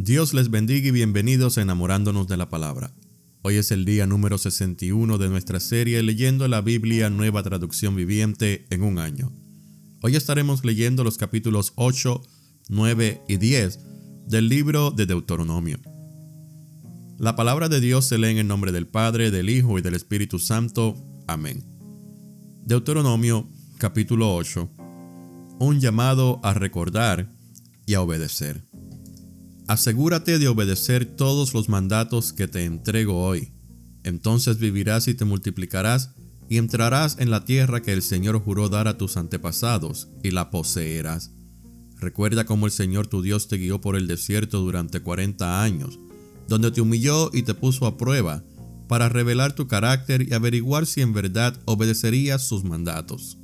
Dios les bendiga y bienvenidos a Enamorándonos de la Palabra. Hoy es el día número 61 de nuestra serie Leyendo la Biblia Nueva Traducción Viviente en un año. Hoy estaremos leyendo los capítulos 8, 9 y 10 del libro de Deuteronomio. La palabra de Dios se lee en el nombre del Padre, del Hijo y del Espíritu Santo. Amén. Deuteronomio capítulo 8. Un llamado a recordar y a obedecer. Asegúrate de obedecer todos los mandatos que te entrego hoy. Entonces vivirás y te multiplicarás y entrarás en la tierra que el Señor juró dar a tus antepasados y la poseerás. Recuerda cómo el Señor tu Dios te guió por el desierto durante 40 años, donde te humilló y te puso a prueba para revelar tu carácter y averiguar si en verdad obedecerías sus mandatos.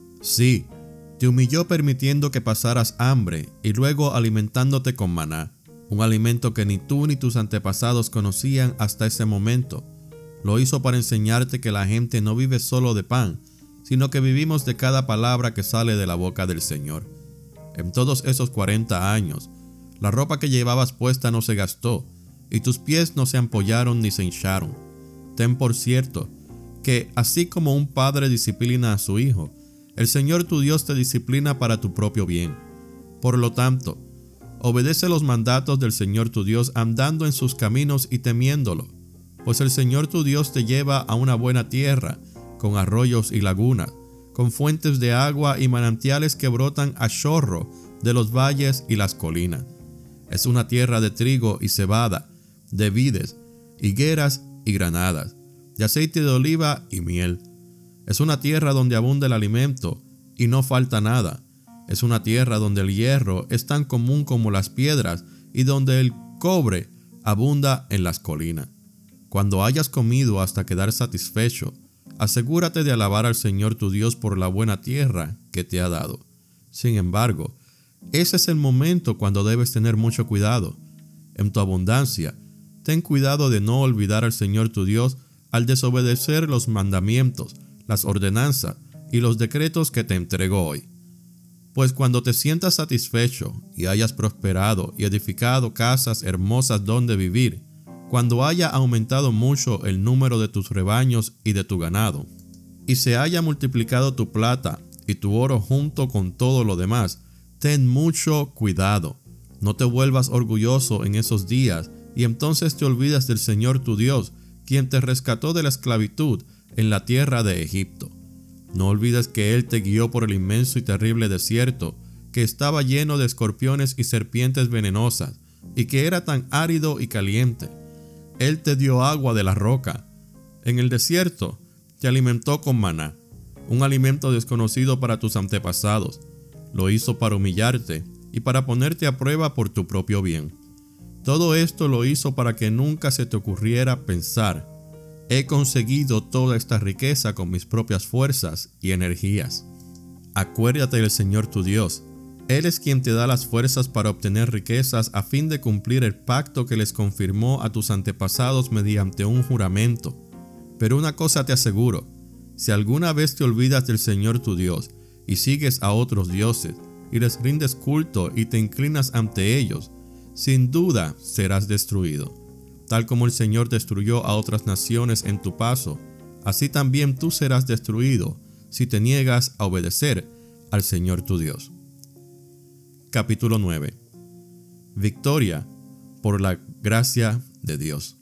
Sí, te humilló permitiendo que pasaras hambre y luego alimentándote con maná, un alimento que ni tú ni tus antepasados conocían hasta ese momento. Lo hizo para enseñarte que la gente no vive solo de pan, sino que vivimos de cada palabra que sale de la boca del Señor. En todos esos 40 años, la ropa que llevabas puesta no se gastó, y tus pies no se ampollaron ni se hincharon. Ten por cierto que, así como un padre disciplina a su hijo, el Señor tu Dios te disciplina para tu propio bien. Por lo tanto, obedece los mandatos del Señor tu Dios andando en sus caminos y temiéndolo, pues el Señor tu Dios te lleva a una buena tierra, con arroyos y lagunas, con fuentes de agua y manantiales que brotan a chorro de los valles y las colinas. Es una tierra de trigo y cebada, de vides, higueras y granadas, de aceite de oliva y miel. Es una tierra donde abunda el alimento y no falta nada. Es una tierra donde el hierro es tan común como las piedras y donde el cobre abunda en las colinas. Cuando hayas comido hasta quedar satisfecho, asegúrate de alabar al Señor tu Dios por la buena tierra que te ha dado. Sin embargo, ese es el momento cuando debes tener mucho cuidado. En tu abundancia, ten cuidado de no olvidar al Señor tu Dios al desobedecer los mandamientos, las ordenanzas y los decretos que te entrego hoy. Pues cuando te sientas satisfecho y hayas prosperado y edificado casas hermosas donde vivir, cuando haya aumentado mucho el número de tus rebaños y de tu ganado, y se haya multiplicado tu plata y tu oro junto con todo lo demás, ten mucho cuidado. No te vuelvas orgulloso en esos días y entonces te olvidas del Señor tu Dios, quien te rescató de la esclavitud en la tierra de Egipto. No olvides que Él te guió por el inmenso y terrible desierto, que estaba lleno de escorpiones y serpientes venenosas, y que era tan árido y caliente. Él te dio agua de la roca. En el desierto te alimentó con maná, un alimento desconocido para tus antepasados. Lo hizo para humillarte y para ponerte a prueba por tu propio bien. Todo esto lo hizo para que nunca se te ocurriera pensar: he conseguido toda esta riqueza con mis propias fuerzas y energías. Acuérdate del Señor tu Dios. Él es quien te da las fuerzas para obtener riquezas a fin de cumplir el pacto que les confirmó a tus antepasados mediante un juramento. Pero una cosa te aseguro: si alguna vez te olvidas del Señor tu Dios y sigues a otros dioses y les rindes culto y te inclinas ante ellos, sin duda serás destruido. Tal como el Señor destruyó a otras naciones en tu paso, así también tú serás destruido si te niegas a obedecer al Señor tu Dios. Capítulo 9. Victoria por la gracia de Dios.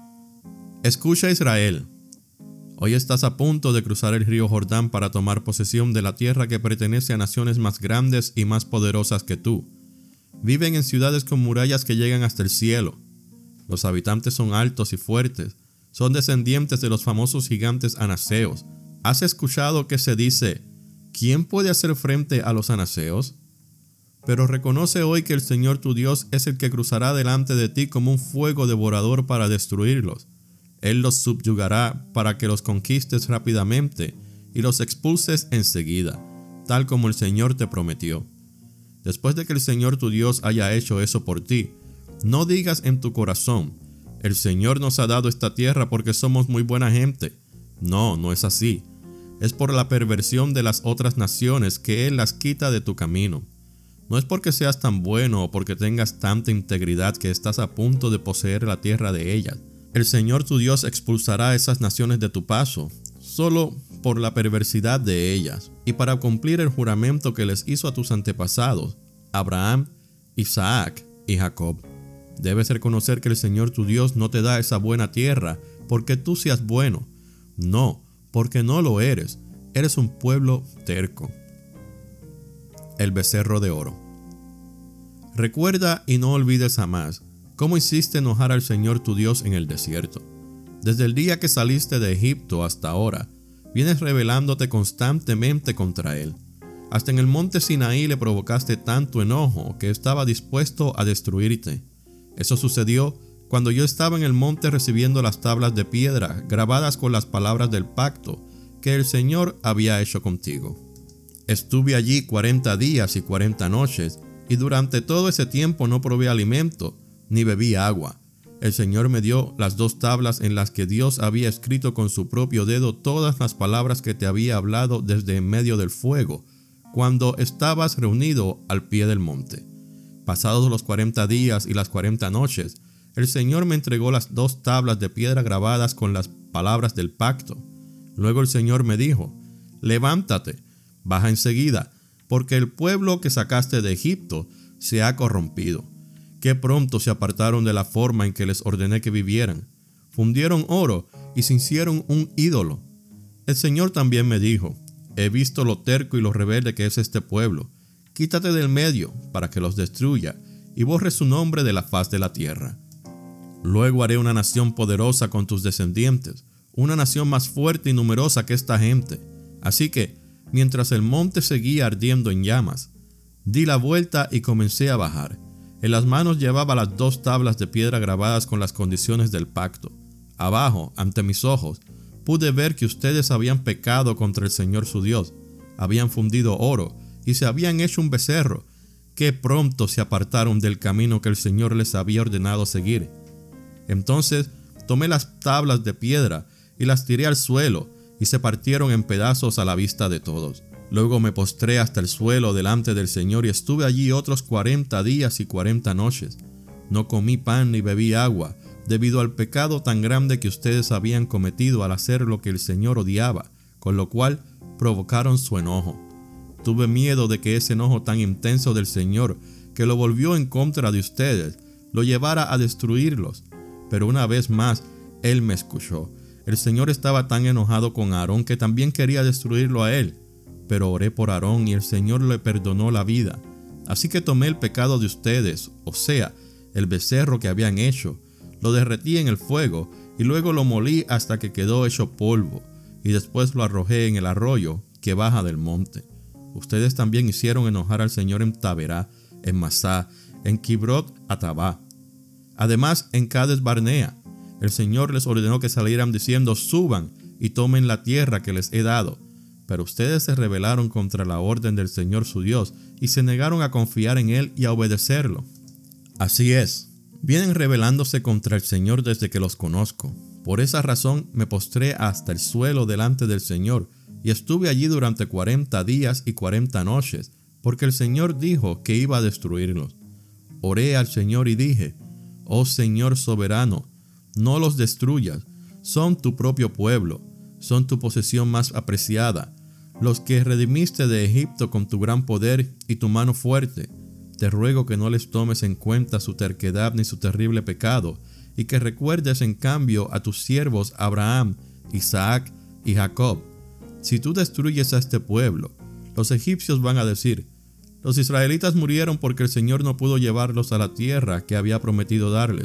Escucha, Israel. Hoy estás a punto de cruzar el río Jordán para tomar posesión de la tierra que pertenece a naciones más grandes y más poderosas que tú. Viven en ciudades con murallas que llegan hasta el cielo. Los habitantes son altos y fuertes, son descendientes de los famosos gigantes anaseos. ¿Has escuchado que se dice: ¿quién puede hacer frente a los anaseos? Pero reconoce hoy que el Señor tu Dios es el que cruzará delante de ti como un fuego devorador para destruirlos. Él los subyugará para que los conquistes rápidamente y los expulses enseguida, tal como el Señor te prometió. Después de que el Señor tu Dios haya hecho eso por ti, no digas en tu corazón: el Señor nos ha dado esta tierra porque somos muy buena gente. No, no es así. Es por la perversión de las otras naciones que Él las quita de tu camino. No es porque seas tan bueno o porque tengas tanta integridad que estás a punto de poseer la tierra de ellas. El Señor tu Dios expulsará a esas naciones de tu paso, solo por la perversidad de ellas, y para cumplir el juramento que les hizo a tus antepasados, Abraham, Isaac y Jacob. Debes reconocer que el Señor tu Dios no te da esa buena tierra porque tú seas bueno. No, porque no lo eres. Eres un pueblo terco. El becerro de oro. Recuerda y no olvides jamás cómo hiciste enojar al Señor tu Dios en el desierto. Desde el día que saliste de Egipto hasta ahora, vienes rebelándote constantemente contra Él. Hasta en el monte Sinaí le provocaste tanto enojo que estaba dispuesto a destruirte. Eso sucedió cuando yo estaba en el monte recibiendo las tablas de piedra grabadas con las palabras del pacto que el Señor había hecho contigo. Estuve allí 40 días y 40 noches, y durante todo ese tiempo no probé alimento, ni bebí agua. El Señor me dio las 2 tablas en las que Dios había escrito con su propio dedo todas las palabras que te había hablado desde en medio del fuego, cuando estabas reunido al pie del monte. Pasados los 40 días y las 40 noches, el Señor me entregó las 2 tablas de piedra grabadas con las palabras del pacto. Luego el Señor me dijo: levántate, baja enseguida, porque el pueblo que sacaste de Egipto se ha corrompido. Qué pronto se apartaron de la forma en que les ordené que vivieran. Fundieron oro y se hicieron un ídolo. El Señor también me dijo: he visto lo terco y lo rebelde que es este pueblo. Quítate del medio para que los destruya y borre su nombre de la faz de la tierra. Luego haré una nación poderosa con tus descendientes, una nación más fuerte y numerosa que esta gente. Así que, mientras el monte seguía ardiendo en llamas, di la vuelta y comencé a bajar. En las manos llevaba las 2 tablas de piedra grabadas con las condiciones del pacto. Abajo, ante mis ojos, pude ver que ustedes habían pecado contra el Señor su Dios, habían fundido oro y se habían hecho un becerro. Qué pronto se apartaron del camino que el Señor les había ordenado seguir. Entonces tomé las tablas de piedra y las tiré al suelo, y se partieron en pedazos a la vista de todos. Luego me postré hasta el suelo delante del Señor y estuve allí otros 40 días y 40 noches. No comí pan ni bebí agua, debido al pecado tan grande que ustedes habían cometido al hacer lo que el Señor odiaba, con lo cual provocaron su enojo. Tuve miedo de que ese enojo tan intenso del Señor, que lo volvió en contra de ustedes, lo llevara a destruirlos. Pero una vez más, Él me escuchó. El Señor estaba tan enojado con Aarón que también quería destruirlo a él. Pero oré por Aarón y el Señor le perdonó la vida. Así que tomé el pecado de ustedes, o sea, el becerro que habían hecho, lo derretí en el fuego y luego lo molí hasta que quedó hecho polvo, y después lo arrojé en el arroyo que baja del monte. Ustedes también hicieron enojar al Señor en Taberá, en Masá, en Kibrot Atabá. Además, en Cades Barnea, el Señor les ordenó que salieran diciendo: suban y tomen la tierra que les he dado. Pero ustedes se rebelaron contra la orden del Señor su Dios y se negaron a confiar en Él y a obedecerlo. Así es, vienen rebelándose contra el Señor desde que los conozco. Por esa razón me postré hasta el suelo delante del Señor y estuve allí durante 40 días y 40 noches, porque el Señor dijo que iba a destruirlos. Oré al Señor y dije: oh Señor soberano, no los destruyas, son tu propio pueblo, son tu posesión más apreciada, los que redimiste de Egipto con tu gran poder y tu mano fuerte. Te ruego que no les tomes en cuenta su terquedad ni su terrible pecado, y que recuerdes en cambio a tus siervos Abraham, Isaac y Jacob. Si tú destruyes a este pueblo, los egipcios van a decir: los israelitas murieron porque el Señor no pudo llevarlos a la tierra que había prometido darles.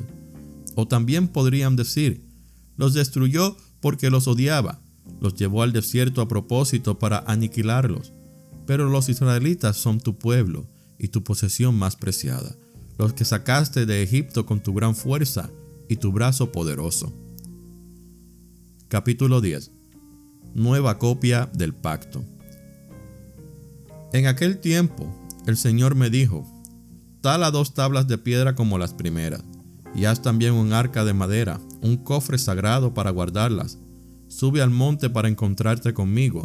O también podrían decir: los destruyó porque los odiaba, los llevó al desierto a propósito para aniquilarlos. Pero los israelitas son tu pueblo y tu posesión más preciada, los que sacaste de Egipto con tu gran fuerza y tu brazo poderoso. Capítulo 10. Nueva copia del pacto. En aquel tiempo, el Señor me dijo: tala 2 tablas de piedra como las primeras, y haz también un arca de madera, un cofre sagrado para guardarlas. Sube al monte para encontrarte conmigo,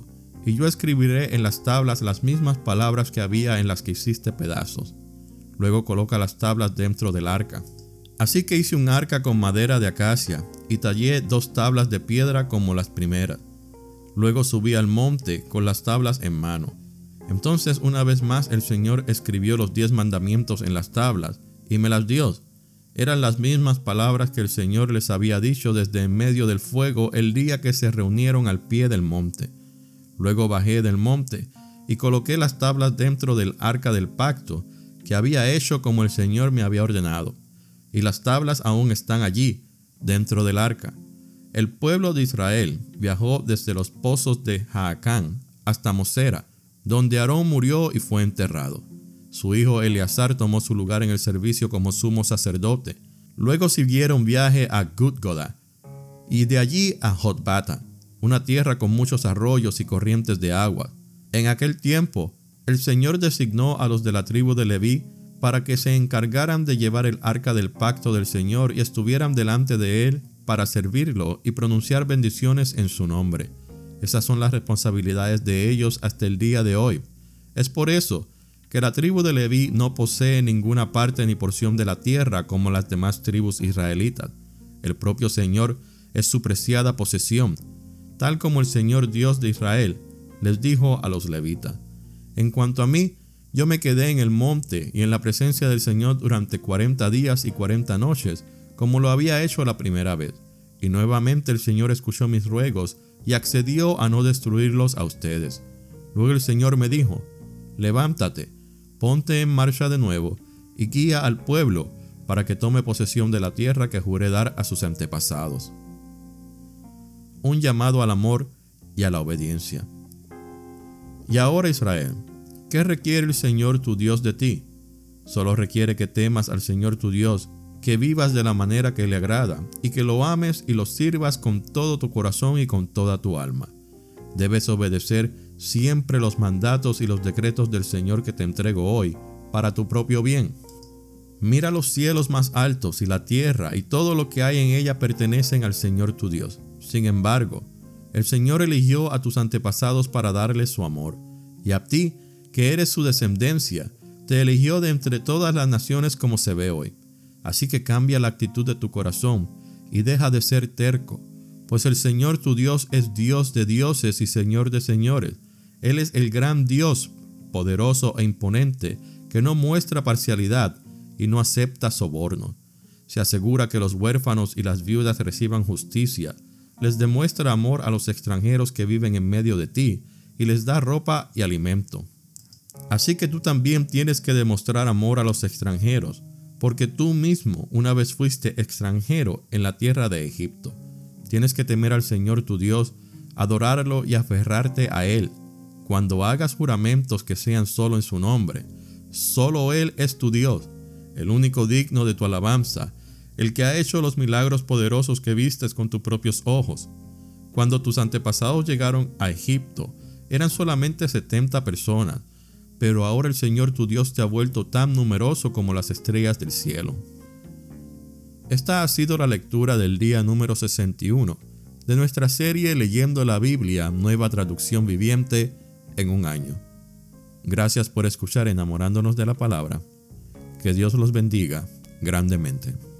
y yo escribiré en las tablas las mismas palabras que había en las que hiciste pedazos. Luego coloca las tablas dentro del arca. Así que hice un arca con madera de acacia y tallé 2 tablas de piedra como las primeras. Luego subí al monte con las tablas en mano. Entonces una vez más el Señor escribió los 10 mandamientos en las tablas y me las dio. Eran las mismas palabras que el Señor les había dicho desde en medio del fuego el día que se reunieron al pie del monte. Luego bajé del monte y coloqué las tablas dentro del arca del pacto que había hecho como el Señor me había ordenado. Y las tablas aún están allí, dentro del arca. El pueblo de Israel viajó desde los pozos de Jaacán hasta Mosera, donde Aarón murió y fue enterrado. Su hijo Eleazar tomó su lugar en el servicio como sumo sacerdote. Luego siguieron viaje a Gudgoda y de allí a Jotbata, una tierra con muchos arroyos y corrientes de agua. En aquel tiempo, el Señor designó a los de la tribu de Leví para que se encargaran de llevar el arca del pacto del Señor y estuvieran delante de él para servirlo y pronunciar bendiciones en su nombre. Esas son las responsabilidades de ellos hasta el día de hoy. Es por eso que la tribu de Leví no posee ninguna parte ni porción de la tierra como las demás tribus israelitas. El propio Señor es su preciada posesión, tal como el Señor Dios de Israel les dijo a los levitas. En cuanto a mí, yo me quedé en el monte y en la presencia del Señor durante 40 días y 40 noches, como lo había hecho la primera vez. Y nuevamente el Señor escuchó mis ruegos y accedió a no destruirlos a ustedes. Luego el Señor me dijo: levántate, ponte en marcha de nuevo y guía al pueblo para que tome posesión de la tierra que juré dar a sus antepasados. Un llamado al amor y a la obediencia. Y ahora, Israel, ¿qué requiere el Señor tu Dios de ti? Solo requiere que temas al Señor tu Dios, que vivas de la manera que le agrada y que lo ames y lo sirvas con todo tu corazón y con toda tu alma. Debes obedecer siempre los mandatos y los decretos del Señor que te entrego hoy, para tu propio bien. Mira los cielos más altos y la tierra y todo lo que hay en ella pertenecen al Señor tu Dios. Sin embargo, el Señor eligió a tus antepasados para darles su amor, y a ti, que eres su descendencia, te eligió de entre todas las naciones como se ve hoy. Así que cambia la actitud de tu corazón y deja de ser terco, pues el Señor tu Dios es Dios de dioses y Señor de señores. Él es el gran Dios, poderoso e imponente, que no muestra parcialidad y no acepta soborno. Se asegura que los huérfanos y las viudas reciban justicia, les demuestra amor a los extranjeros que viven en medio de ti y les da ropa y alimento. Así que tú también tienes que demostrar amor a los extranjeros, porque tú mismo una vez fuiste extranjero en la tierra de Egipto. Tienes que temer al Señor tu Dios, adorarlo y aferrarte a Él. Cuando hagas juramentos que sean solo en su nombre, solo Él es tu Dios, el único digno de tu alabanza, el que ha hecho los milagros poderosos que vistes con tus propios ojos. Cuando tus antepasados llegaron a Egipto, eran solamente 70 personas, pero ahora el Señor tu Dios te ha vuelto tan numeroso como las estrellas del cielo. Esta ha sido la lectura del día número 61 de nuestra serie Leyendo la Biblia, Nueva Traducción Viviente, en un año. Gracias por escuchar Enamorándonos de la Palabra. Que Dios los bendiga grandemente.